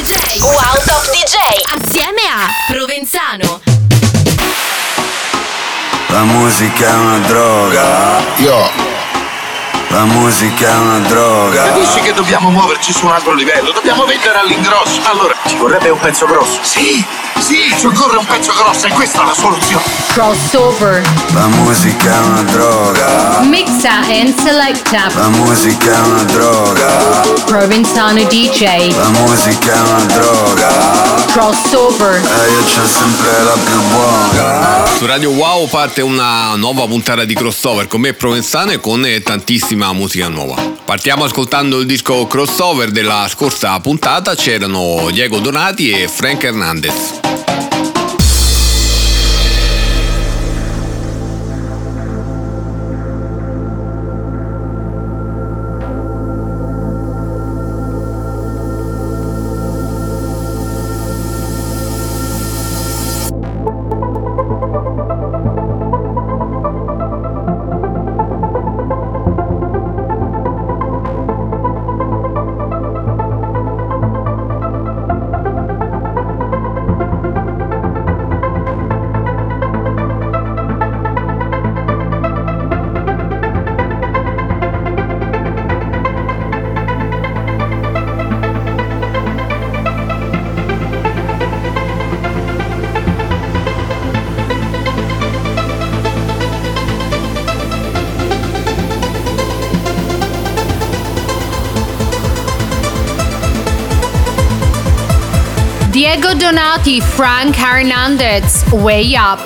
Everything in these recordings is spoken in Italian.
DJ Wow Top DJ assieme a Provenzano. La musica è una droga. La musica è una droga. Capisci che dobbiamo muoverci su un altro livello? Dobbiamo vendere all'ingrosso. Allora, ci vorrebbe un pezzo grosso. Sì, ci occorre un pezzo grosso e questa è la soluzione. Crossover. La musica è una droga. Mixa and selecta. La musica è una droga. Provenzano DJ. La musica è una droga. Crossover. E io c'ho sempre la più buona. Su Radio Wow parte una nuova puntata di Crossover con me Provenzano e con tantissima musica nuova. Partiamo ascoltando il disco Crossover della scorsa puntata. C'erano Diego Donati e Frank Hernandez. Diego Donati, Frank Hernandez, Way Up.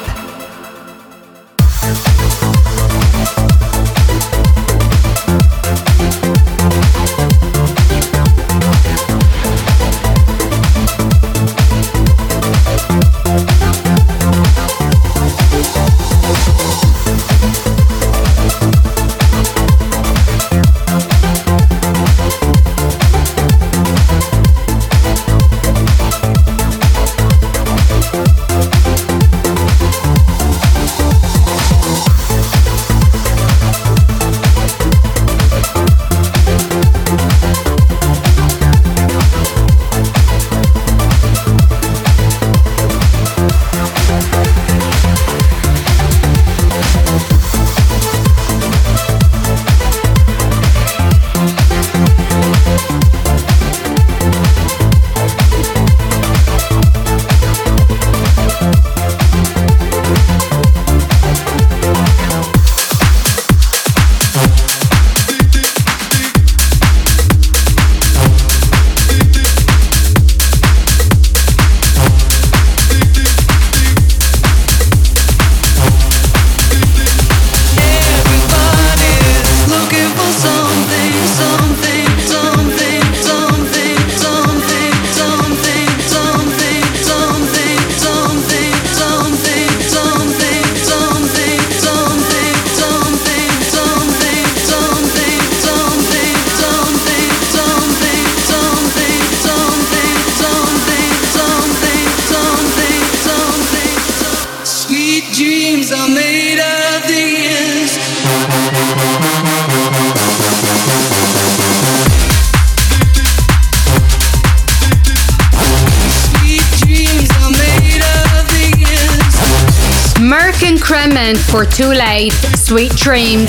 Crement for Too Late, Sweet Dreams.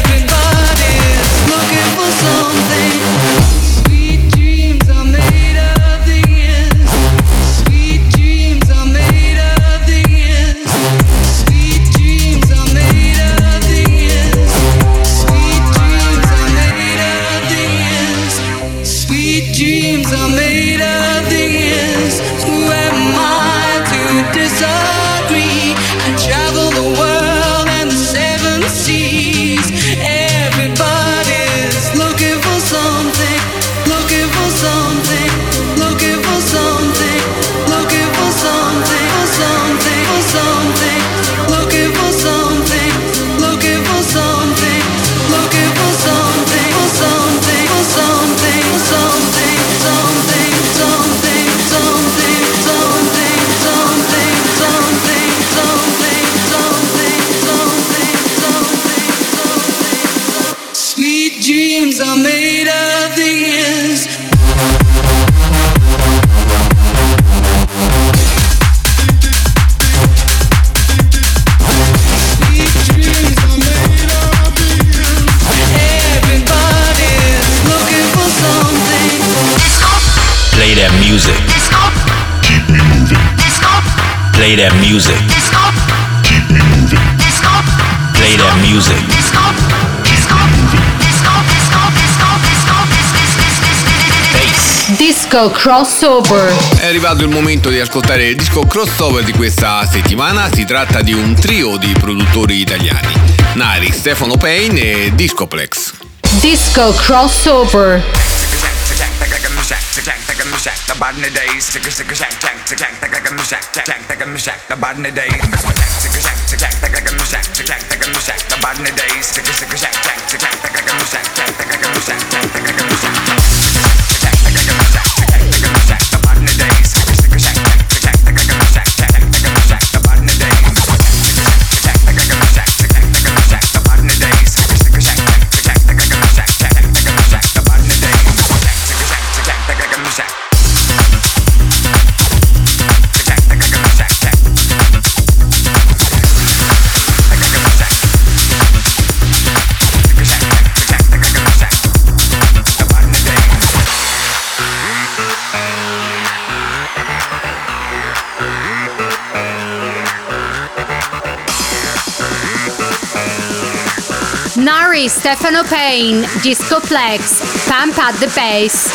Everybody's looking for something. Sweet dreams are made of these. Sweet dreams are made of these. Sweet dreams are made of these. Sweet dreams are made of these. Sweet dreams are made of these. Who am I to disagree? I travel the world and the seven seas. Everybody's looking for something, looking for something, looking for something, looking for something, for something, for something, looking for something, looking for something, looking for something, for something, for something, for something, something, something, something, something, something, something. that music. Keep me moving. Play that music. Keep me moving. Play that music. Disco crossover. È arrivato il momento di ascoltare il disco crossover di questa settimana. Si tratta di un trio di produttori italiani: Nari, Stefano Payne e Discoplex. Disco crossover. Nari, Stefano Payne, Discoplex, Pump at the Bass.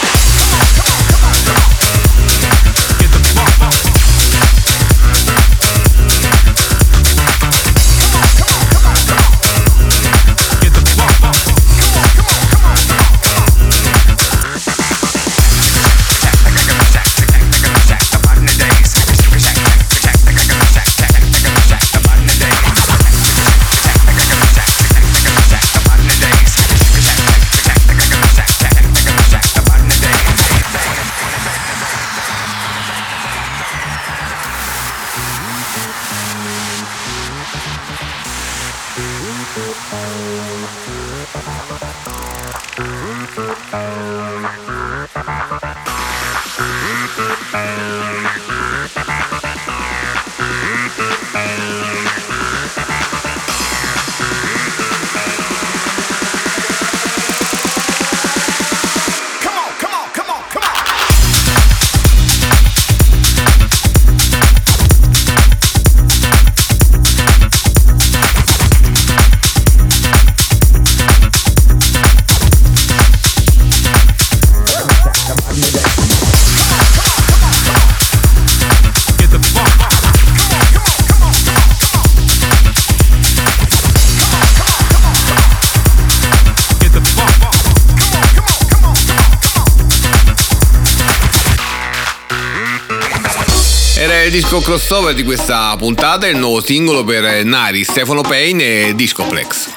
Era il disco crossover di questa puntata, il nuovo singolo per Nari, Stefano Payne e Discoplex.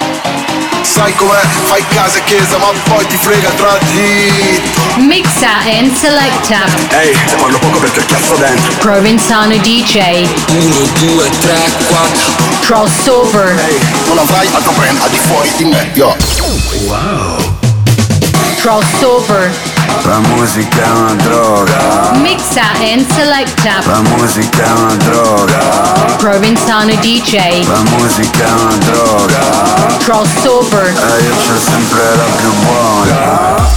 Sai com'è, fai casa e chiesa ma poi ti frega tra dritto. Mixa and selecta. Ehi, se parlo poco perché ho chiasso dentro. Provenzano DJ. 1, 2, 3, 4. Crossover. Ehi, non avrai altro brand al di fuori di me, yo. Wow. Crossover. La musica è una droga. Mixa and selecta. La musica è una droga. Provenzano DJ. La musica è una droga. Crossover. E io c'ho sempre la più buona.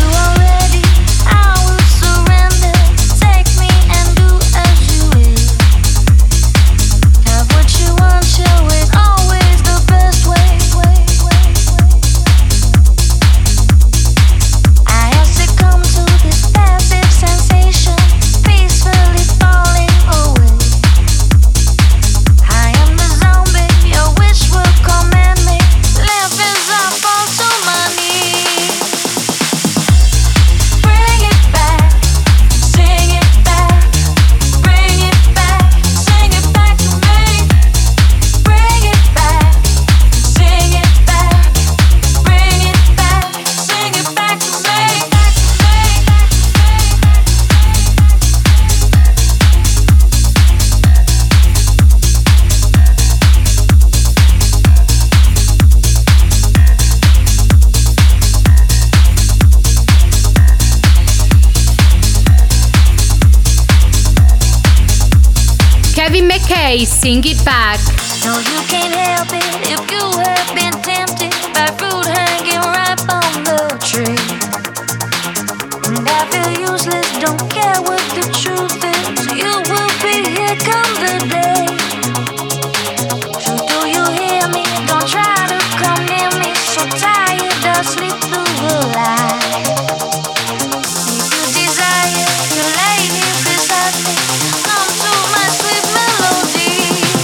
Kevin McKay, Sing It Back. No, you can't help it if you have been tempted by fruit hanging ripe on the tree. And I feel useless, don't care what the truth is. You will be here come the day. So do you hear me? Don't try to come near me. So tired of sleep through the light. If you desire to lay here beside me, come to my sweet melody.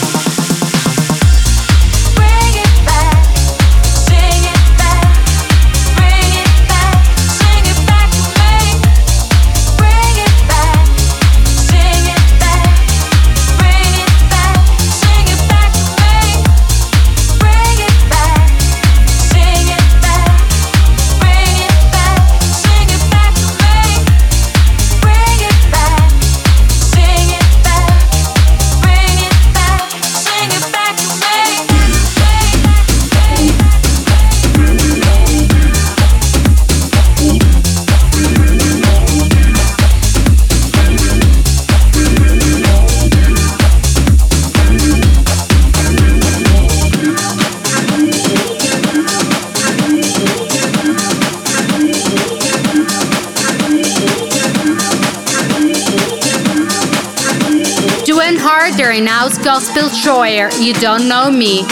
Bring it back, sing it back, bring it back, sing it back to me. Bring it back, sing it back, bring it back, sing it back to me. Bring it back, sing it back, bring it back, sing it back to me. Bring it back, sing it back, bring it back, sing it back to me. Doing harder in house gospel choir. You don't know me.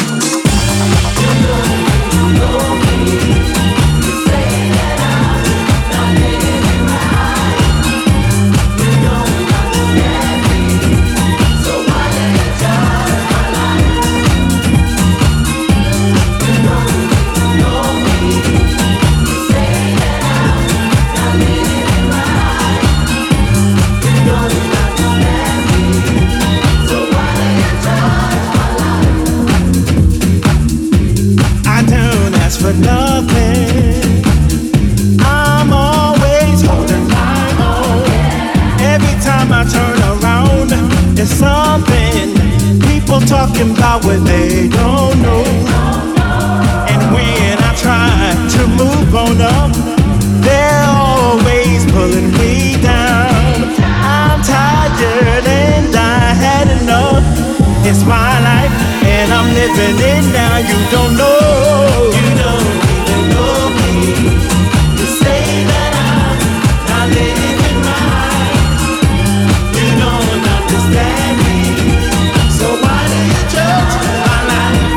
I don't ask for nothing. I'm always holding my own. Every time I turn around, it's something. People talking about what they don't know. And when I try to move on up, they're always pulling me down. I'm tired and I had enough. It's my life and I'm living it now. You don't know, you don't even know me. You say that I'm not living right. You don't understand me. So why do you judge my life?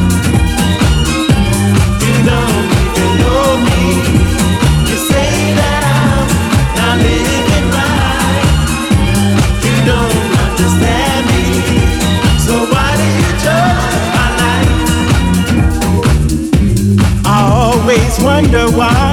You don't even know me. You say that I'm not living right. You don't understand me. So why do you judge my life? I always wonder why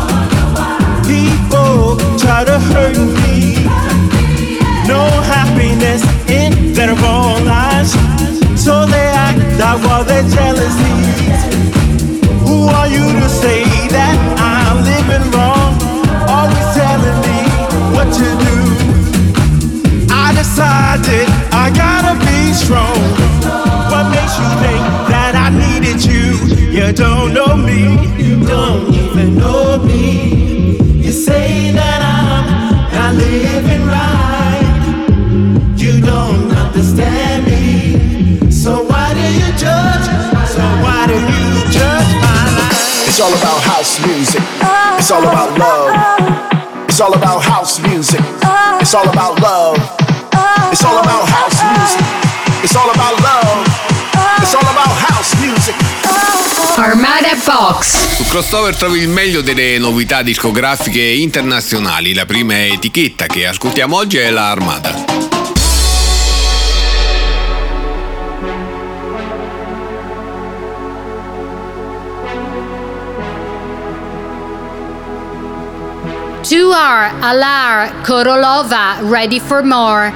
people try to hurt me. No happiness in their own lives, so they act out all their jealousies. Who are you to say that I'm living wrong? Always telling me what to do. I decided I gotta be strong. What makes you think that I needed you? You don't know me, you don't even know me. You say that I'm not living right. You don't understand me. So why do you judge? So why do you judge my life? It's all about house music. It's all about love. It's all about house music. It's all about love. It's all about house music. It's all about love. It's all about house music. Armada Box. Su Crossover trovi il meglio delle novità discografiche internazionali. La prima etichetta che ascoltiamo oggi è la Armada. Tuar Alar Korolova, ready for more.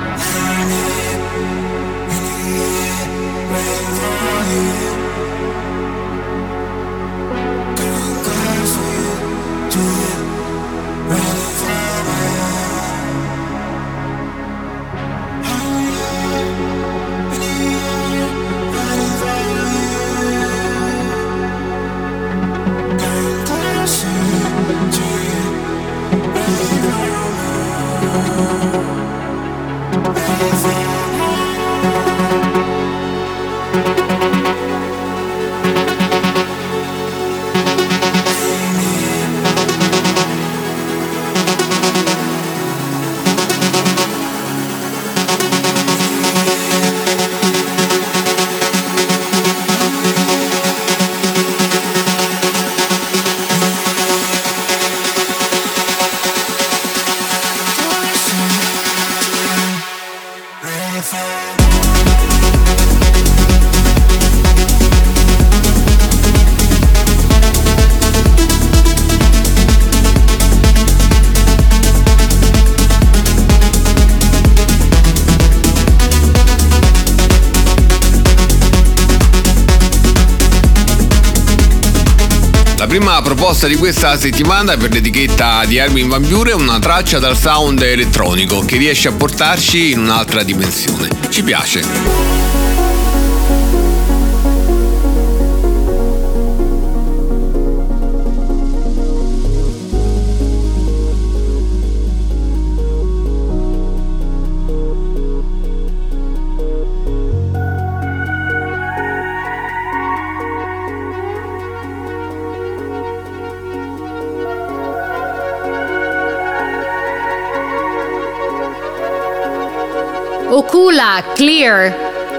prima proposta di questa settimana per l'etichetta di Armin van Buuren è una traccia dal sound elettronico che riesce a portarci in un'altra dimensione. Ci piace. Okula, Clear.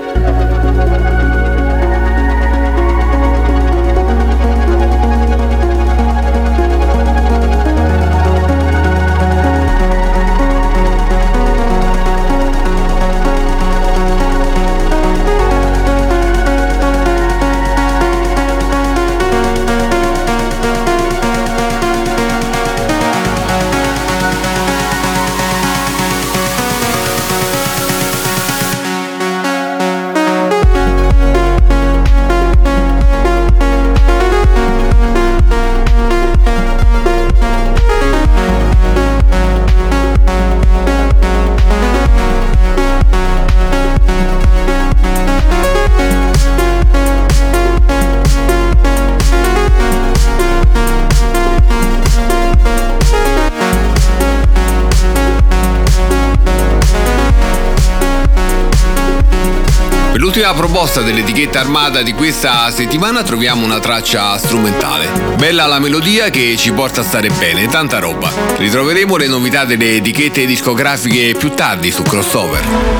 L'ultima proposta dell'etichetta Armada di questa settimana troviamo una traccia strumentale. Bella la melodia che ci porta a stare bene, tanta roba. Ritroveremo le novità delle etichette discografiche più tardi su Crossover.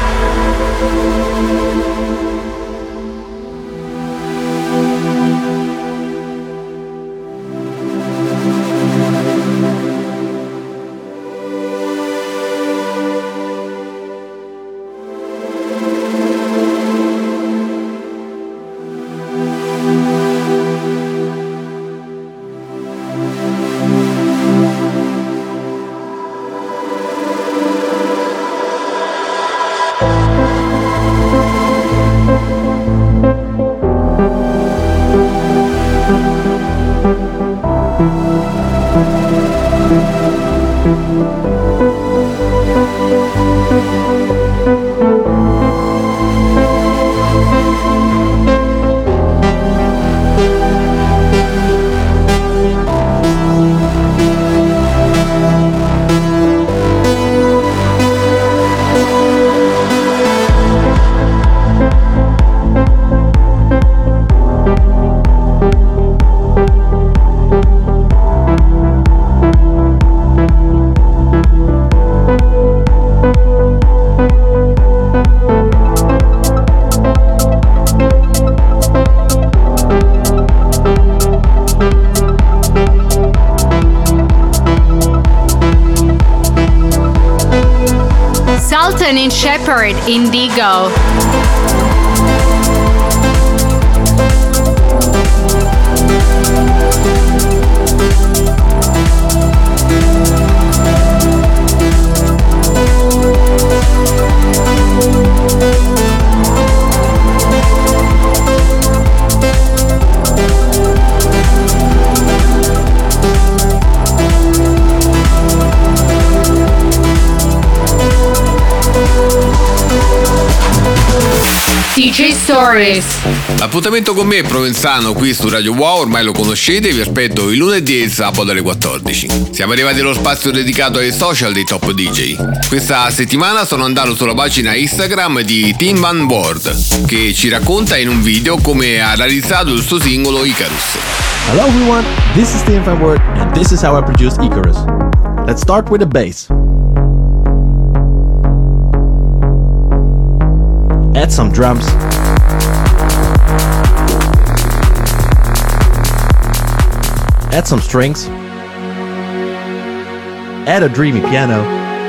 Sultan and Shepherd, Indigo. DJ Stories. L'appuntamento con me è Provenzano qui su Radio Wow, ormai lo conoscete, vi aspetto il lunedì e il sabato alle 14. Siamo arrivati allo spazio dedicato ai social dei top DJ. Questa settimana sono andato sulla pagina Instagram di Tim Van Ward, che ci racconta in un video come ha realizzato il suo singolo Icarus. Hello everyone, this is Tim Van Ward and this is how I produced Icarus. Let's start with the bass. Add some drums. Add some strings. Add a dreamy piano.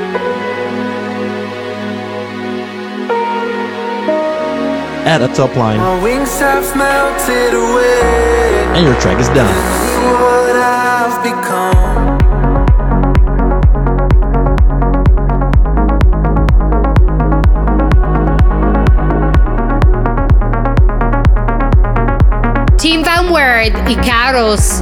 Add a top line. My wings have melted away. And your track is done. What I've become. Tim Van Ward, 100 Icarus.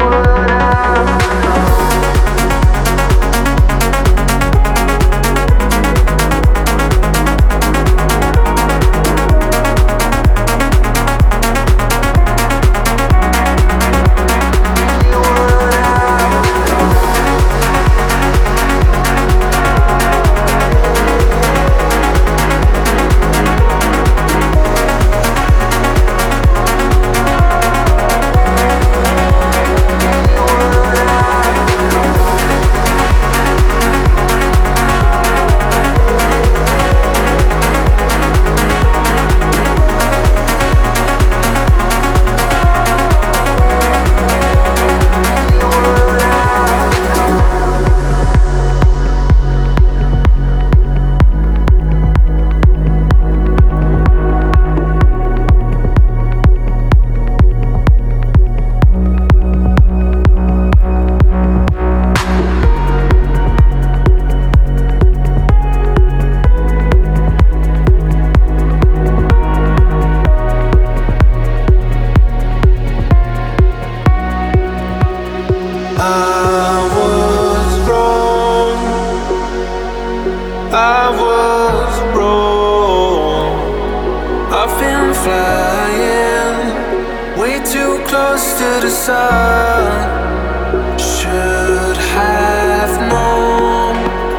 I was wrong. I've been flying way too close to the sun. Should have known,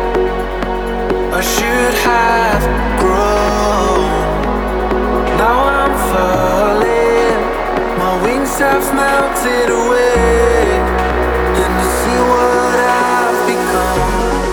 I should have grown. Now I'm falling, my wings have melted away, and I see what I've become.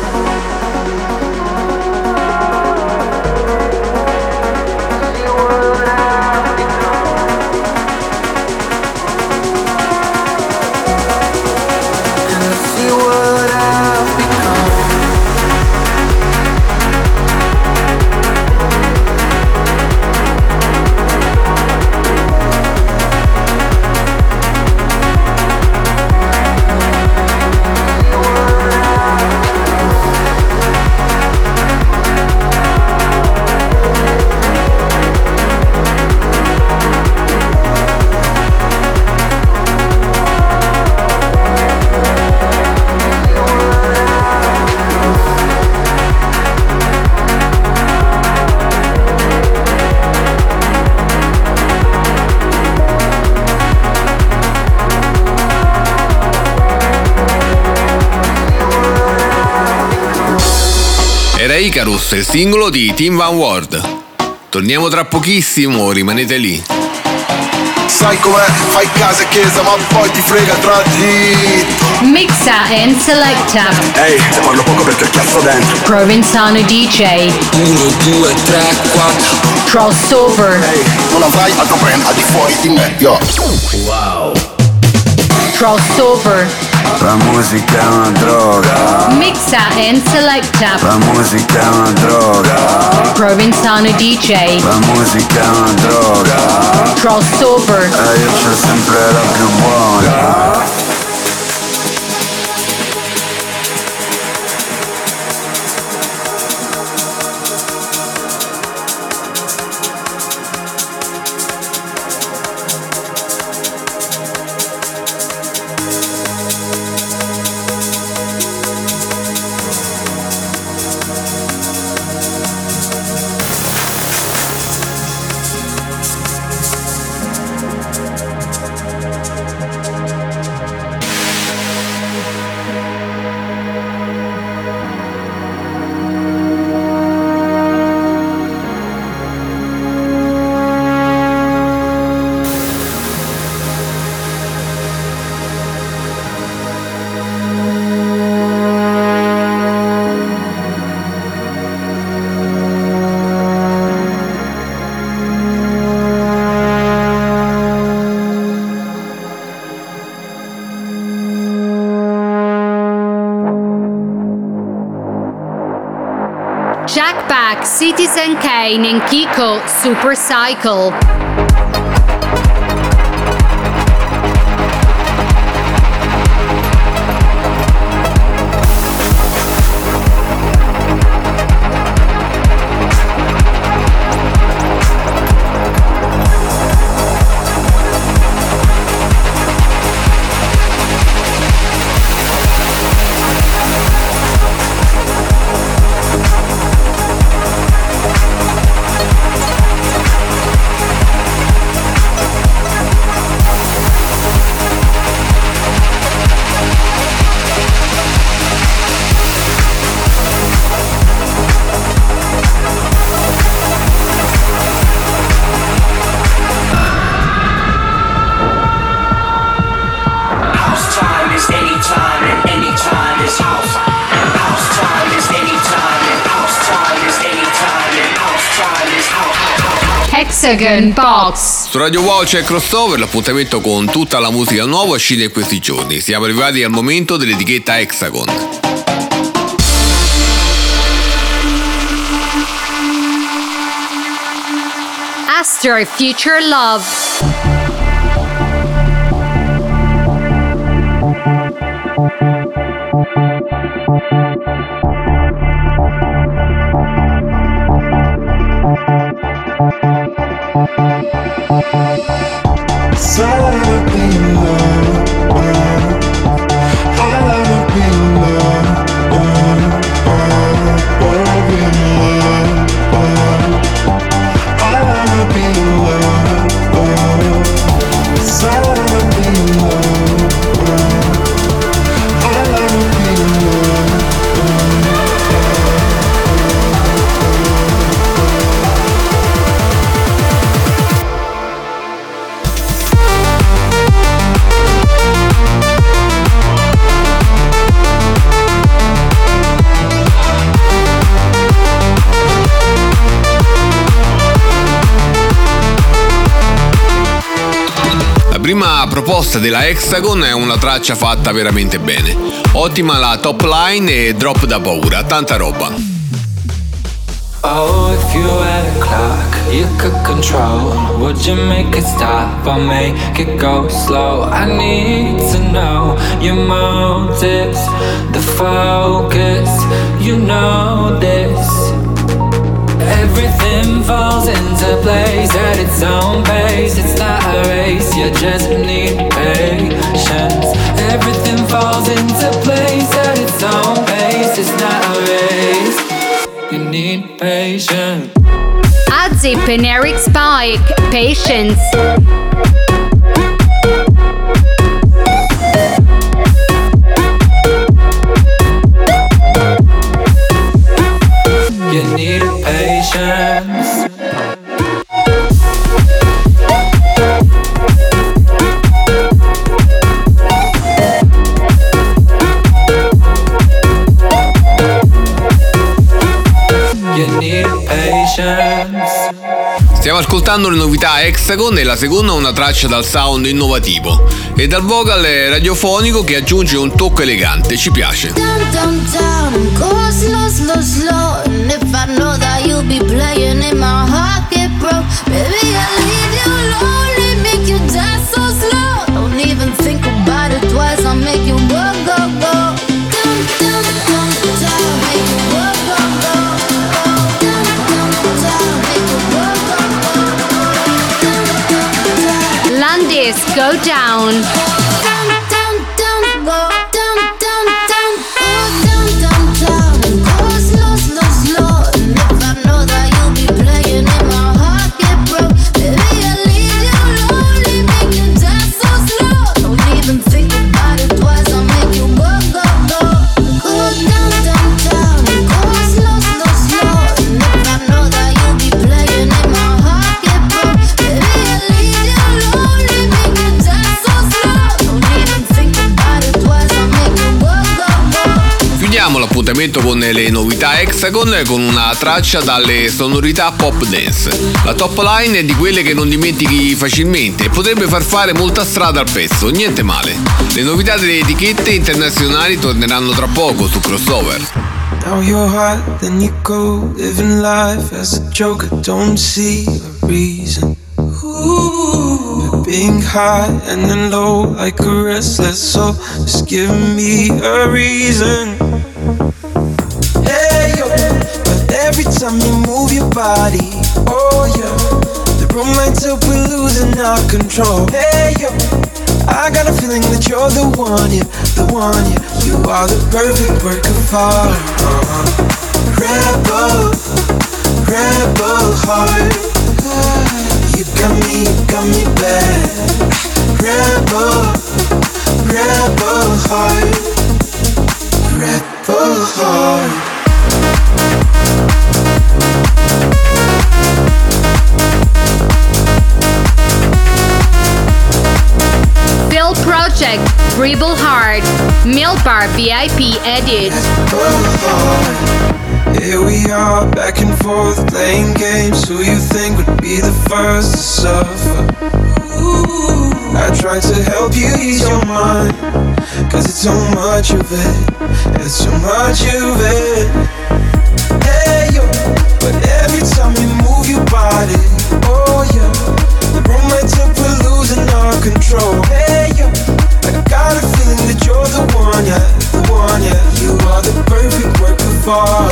Era Icarus, il singolo di Tim Van Ward. Torniamo tra pochissimo, rimanete lì. Sai com'è, fai casa e chiesa ma poi ti frega tra dritto. Mixa and selecta. Ehi, te parlo poco perché ho chiasso dentro. Provenzano DJ. 1, 2, 3, 4. Crossover. Ehi, non avrai altro brand al di fuori di me, yo. Wow. Crossover. La musica è una droga. Mixa and selecta. La musica è una droga. Provenzano DJ. La musica è una droga. Crossover. E io c'ho sempre la più buona. Jack Back, Citizen Kane and Kiko, Super Cycle. Hexagon Box. Su Radio Wow c'è Crossover, l'appuntamento con tutta la musica nuova uscita in questi giorni. Siamo arrivati al momento dell'etichetta Hexagon. Astor Future Love. La prima proposta della Hexagon è una traccia fatta veramente bene. Ottima la top line e drop da paura, tanta roba. Oh, if you had a clock you could control, would you make it stop or make it go slow? I need to know your motives, the focus, you know this. Everything falls into place at its own pace. It's not a race, you just need patience. Everything falls into place at its own pace. It's not a race, you need patience. Azip and Eric Spike, Patience. You need patience. You need patience. Stiamo ascoltando le novità Hexagon e la seconda è una traccia dal sound innovativo e dal vocal radiofonico che aggiunge un tocco elegante, ci piace. Down, down, down, go slow, slow, slow. And if I know that you'll be playing in my heart get broke, baby, I'll leave you lonely, make you dance so slow. Don't even think about it twice, I'll make you go, go, go. Down, down, down, down, make you go, go, go. Down, down, down, make you go, go, go. Landis, Go Down. Down, down, down, go. Down, down, down, go down, down, down. Go slow, slow, slow. And if I know that you'll be playing in my heart get broke, baby, I'll leave you lonely, make you dance so slow. Don't even think about it twice, I'll make you go, go, go. Go down, down, down. Go slow, slow, slow. And if I know that you'll be playing in my heart get broke, baby, I'll leave you lonely, make you dance so slow. Don't even think about it twice, I'll make you go, go, go. Chiudiamo l'appuntamento con le novità Hexagon con una traccia dalle sonorità pop dance. La top line è di quelle che non dimentichi facilmente e potrebbe far fare molta strada al pezzo, niente male. Le novità delle etichette internazionali torneranno tra poco su Crossover. Now you're hot, then you go, living life as a joke. I don't see a reason. Ooh, being high and then low like a restless soul. Just give me a reason. Hey yo, but every time you move your body, oh yeah, the room lights up, we're losing our control. Hey yo, I got a feeling that you're the one, yeah, the one, yeah. You are the perfect work of art. Rebel, rebel heart. You got me bad. Rebel, rebel heart. Rebel heart. Phil Project, Rebel Heart, Mill Bar VIP Edit. Here we are back and forth playing games. Who you think would be the first to suffer? Ooh, I tried to help you ease your mind, 'cause it's so much of it, it's so much of it. Hey yo, but every time you move your body, oh yeah, the romantic we're losing our control. Hey yo, I got a feeling that you're the one, yeah, the one, yeah. You are the perfect work of art.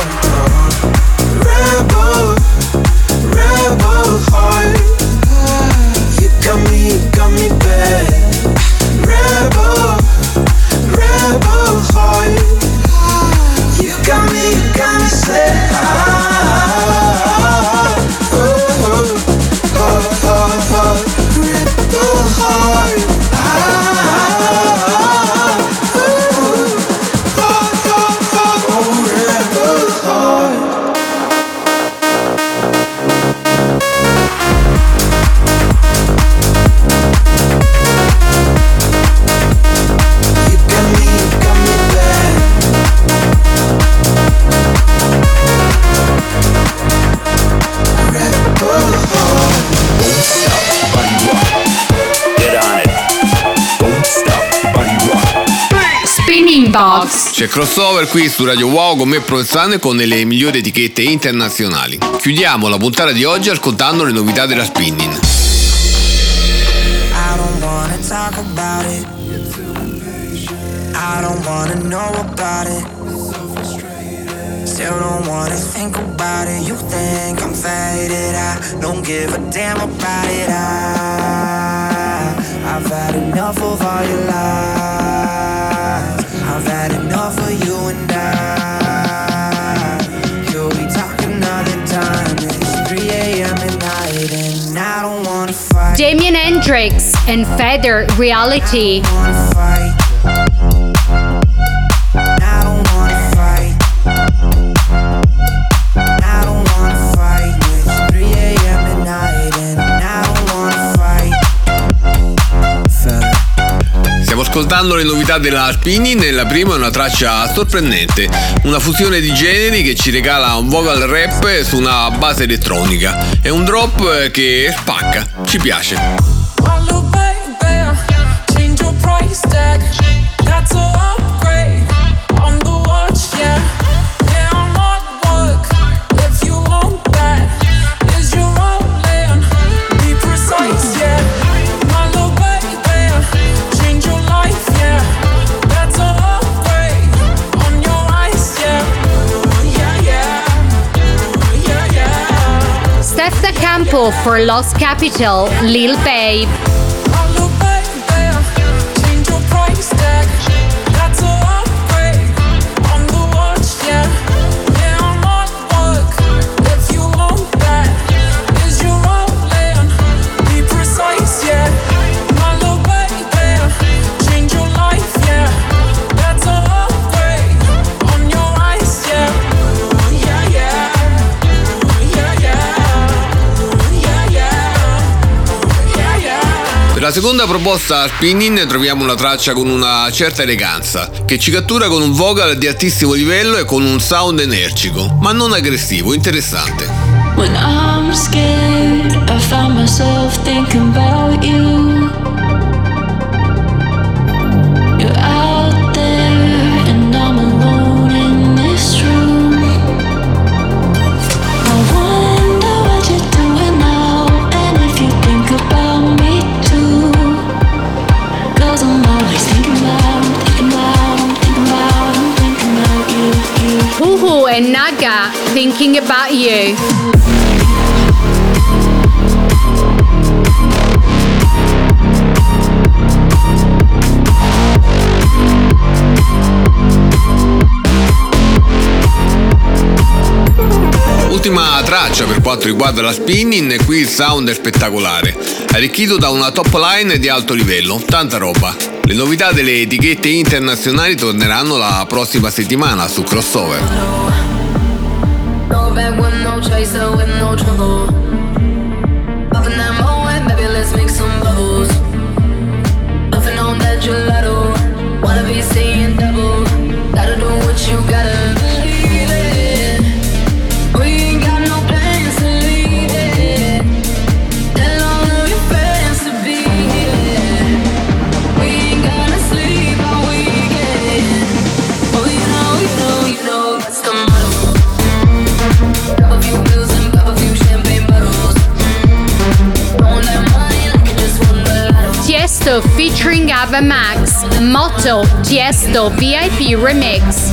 Rebel, rebel heart. You got me bad. Rebel, rebel heart. You got me sad. Rebel heart. Box. C'è crossover qui su Radio Wow con me Provenzano e con le migliori etichette internazionali. Chiudiamo la puntata di oggi ascoltando le novità della Spinnin. I don't wanna talk about it. I don't wanna know about it. Still don't wanna think about it. You think I'm faded, I don't give a damn about it. I've had enough of all your lies. I've had enough of you and I. You'll be talking another time. It's 3 a.m. at night and I don't wanna fight. Damien Hendrix and Feather Reality. I don't wanna fight. I don't wanna fight. I don't wanna fight. It's 3 a.m. at night and I don't wanna fight. Feather. Stiamo ascoltando le novità della Spinnin e la prima è una traccia sorprendente, una fusione di generi che ci regala un vocal rap su una base elettronica. È un drop che spacca, ci piace. Hello, baby, change your price tag. Got to upgrade on the watch, yeah. Yeah, I'm at work. If you want that, is your rolling? Be precise, yeah. Hello, baby, change your life, yeah. Got to upgrade on your ice, yeah. Yeah, yeah, yeah, yeah. Steph Da Campo for Lost Capital, Lil Babe. Hello, baby, change your price tag. Got to upgrade on the watch, yeah. Yeah, I'm at work. If you want that, is your rolling? Be precise, yeah. Hello, baby, change your life, yeah. Got to upgrade on your ice, yeah. Yeah, yeah, yeah, yeah, yeah, yeah. Per la seconda proposta Spinnin troviamo una traccia con una certa eleganza, che ci cattura con un vocal di altissimo livello e con un sound energico, ma non aggressivo, interessante. When I'm scared, I find myself thinking about you. You're out there and I'm alone in this room. I wonder what you're doing now and if you think about me too. 'Cause I'm always thinking about you. Uhu and Naga, Thinking About You. Ultima traccia per quanto riguarda la Spinnin e qui il sound è spettacolare, arricchito da una top line di alto livello, tanta roba. Le novità delle etichette internazionali torneranno la prossima settimana su Crossover. No back with no chaser, with no trouble. Popping that Moet, baby, let's make some bubbles. Puffing on that gelato, wanna be seeing double. Gotta do what you gotta believe in. Tiesto featuring Ava Max, Motto, Tiesto VIP Remix.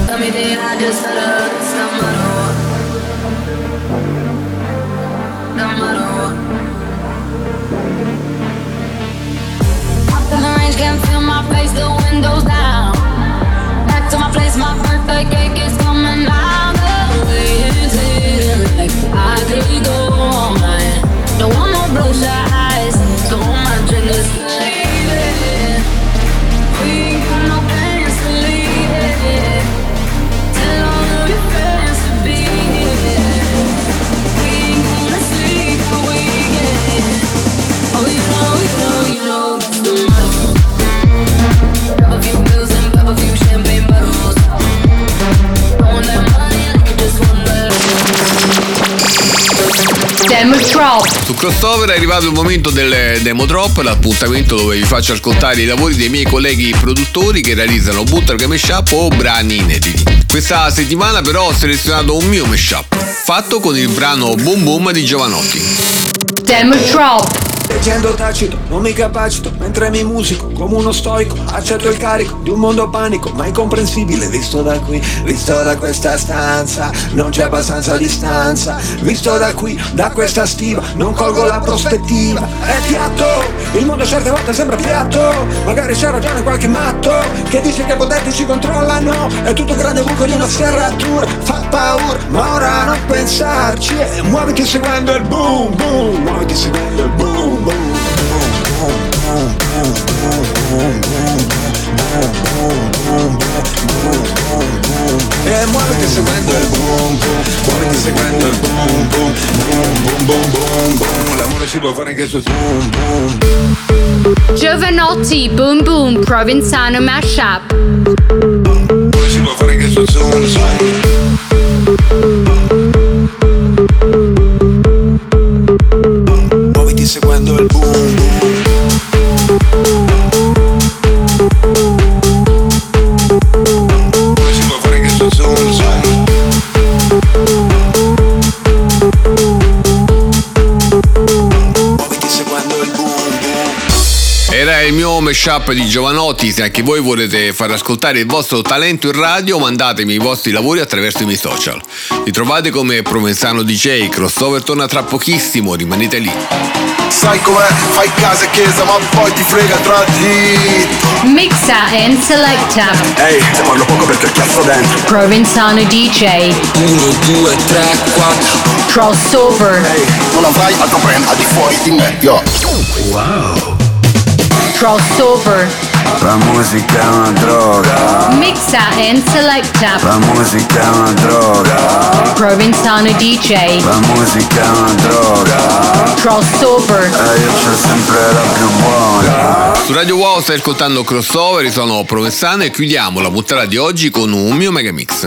Up in the range, can't feel my face, the windows down. Back to my place, my birthday cake is coming out. The way it's hitting, like I could go all night. Don't want no bloodshot eyes, so my drink is leaving. We ain't got no plans to leave it. Tell all of your friends to be here. We ain't gonna sleep the weekend. Oh, you know, that's the motto. Grab a few pills and pop a few champagne bottles. Throwing that money like you just won the Demo Drop. Su Crossover è arrivato il momento del Demo Drop, l'appuntamento dove vi faccio ascoltare i lavori dei miei colleghi produttori che realizzano bootleg mashup o brani inediti. Questa settimana però ho selezionato un mio mashup, fatto con il brano Boom Boom di Giovanotti. Demo Drop. Leggendo tacito, non mi capacito, mentre mi musico come uno stoico, accetto il carico di un mondo panico, ma incomprensibile visto da qui, visto da questa stanza, non c'è abbastanza distanza, visto da qui, da questa stiva, non colgo la prospettiva, è piatto, il mondo certe volte sembra piatto, magari c'è ragione qualche matto, che dice che i potenti ci controllano, è tutto grande buco di una serratura, fa paura, ma ora non pensarci, muoviti seguendo il boom boom, muoviti seguendo il boom. E muoviti seguendo il boom boom, muoviti seguendo il boom boom, boom boom boom boom boom. L'amore si può fare anche su boom boom. Giovanotti Boom Boom Provenzano Mashup. L'amore si può fare anche su zoom zoom. Muoviti seguendo il boom boom. Si può fare che sto zoom zoom. Muoviti seguendo il boom boom. Era il mio mashup di Giovanotti. Se anche voi volete far ascoltare il vostro talento in radio, mandatemi i vostri lavori attraverso i miei social. Li trovate come Provenzano DJ. Crossover torna tra pochissimo, rimanete lì. Sai com'è, fai casa e chiesa ma poi ti frega tra di. Mixa and Selecta. Ehi, se parlo poco perché ho chiasso dentro. Provenzano DJ. 1, 2, 3, 4. Crossover. Ehi, non avrai altro brand al di fuori di me, yo. Wow. Crossover. La musica è una droga. Mixa and Selecta. La musica è una droga. Provenzano DJ. La musica è una droga. Crossover. E io c'ho sempre la più buona. Su Radio Wow stai ascoltando Crossover, io sono Provenzano e chiudiamo la puntata di oggi con un mio megamix.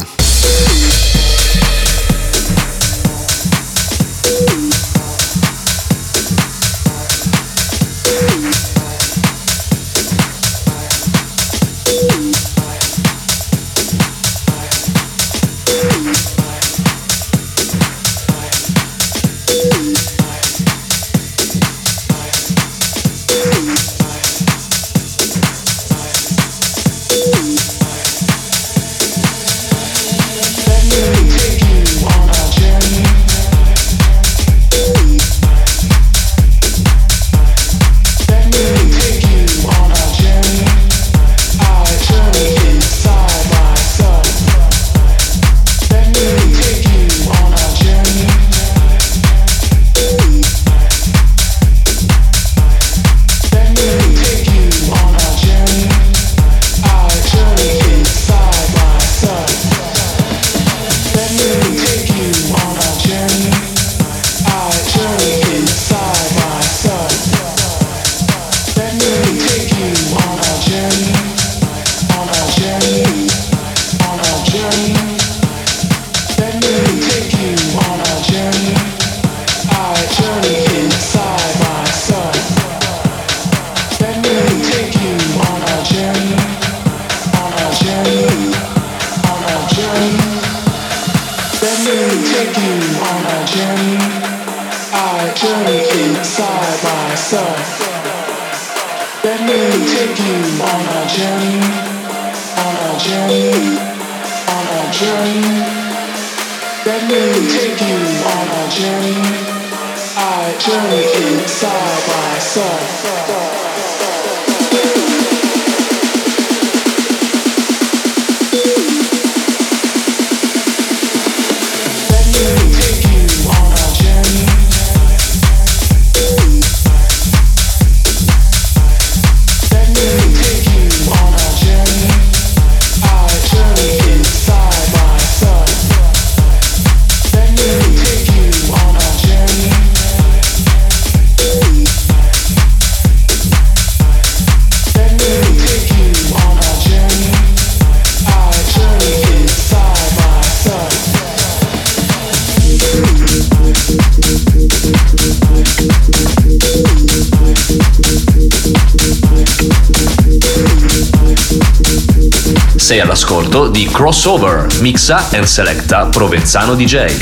Let Sei all'ascolto di Crossover, mixa and selecta Provenzano DJ.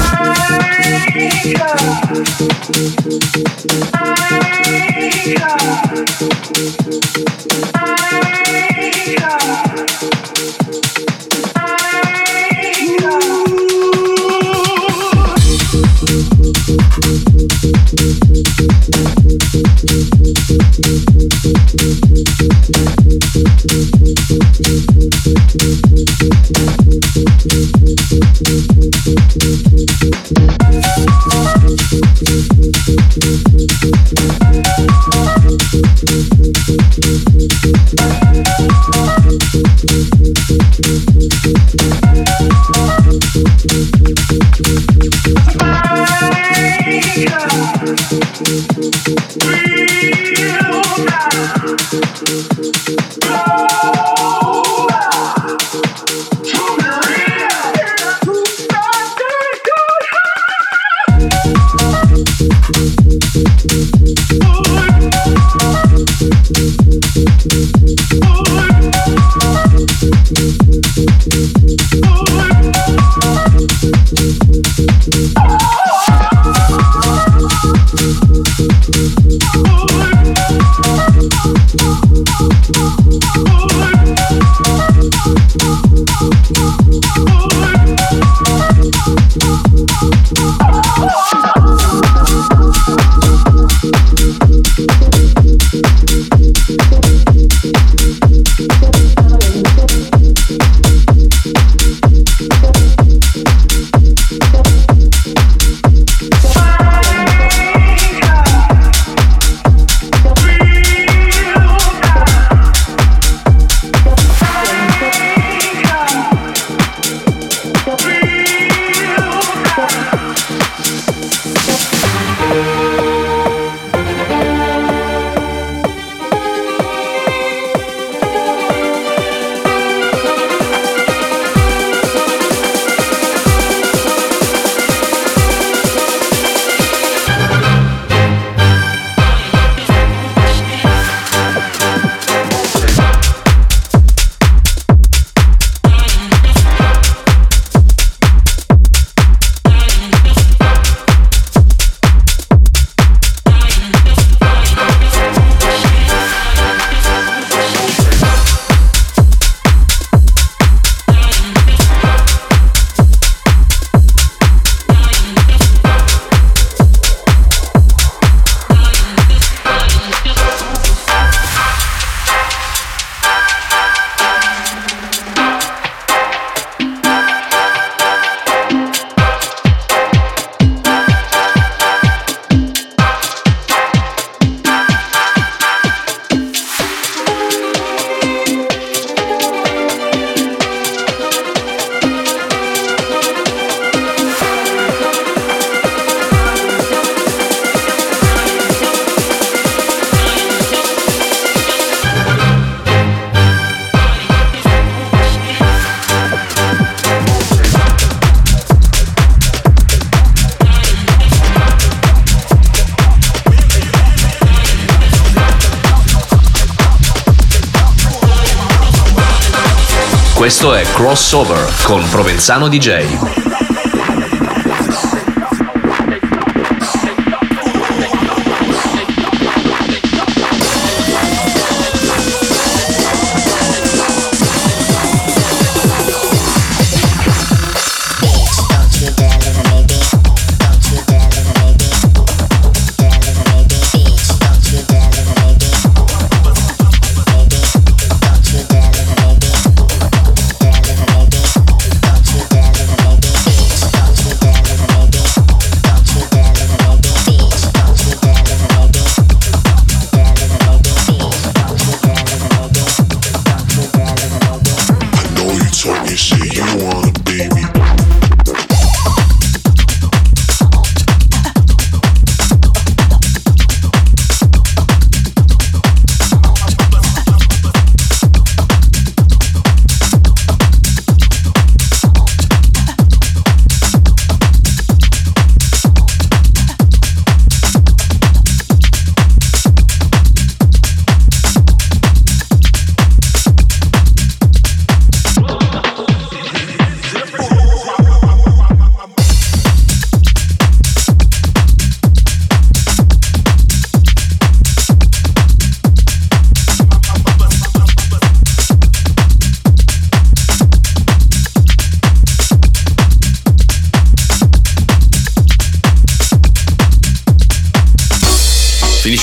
Questo è Crossover con Provenzano DJ.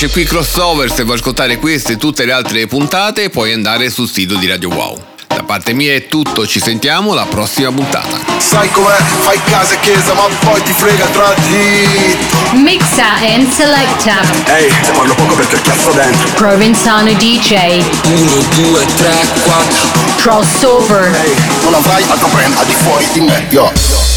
finisce qui Crossover. Se vuoi ascoltare queste e tutte le altre puntate puoi andare sul sito di Radio Wow. Da parte mia è tutto, ci sentiamo alla prossima puntata. Sai com'è, fai casa e chiesa ma poi ti frega tra di. Mixa and selecta. Ehi, te parlo poco perché il cazzo dentro. Provenzano DJ. 1, 2, 3, 4. Crossover. Ehi, non avrai altro brand al di fuori di me, yo.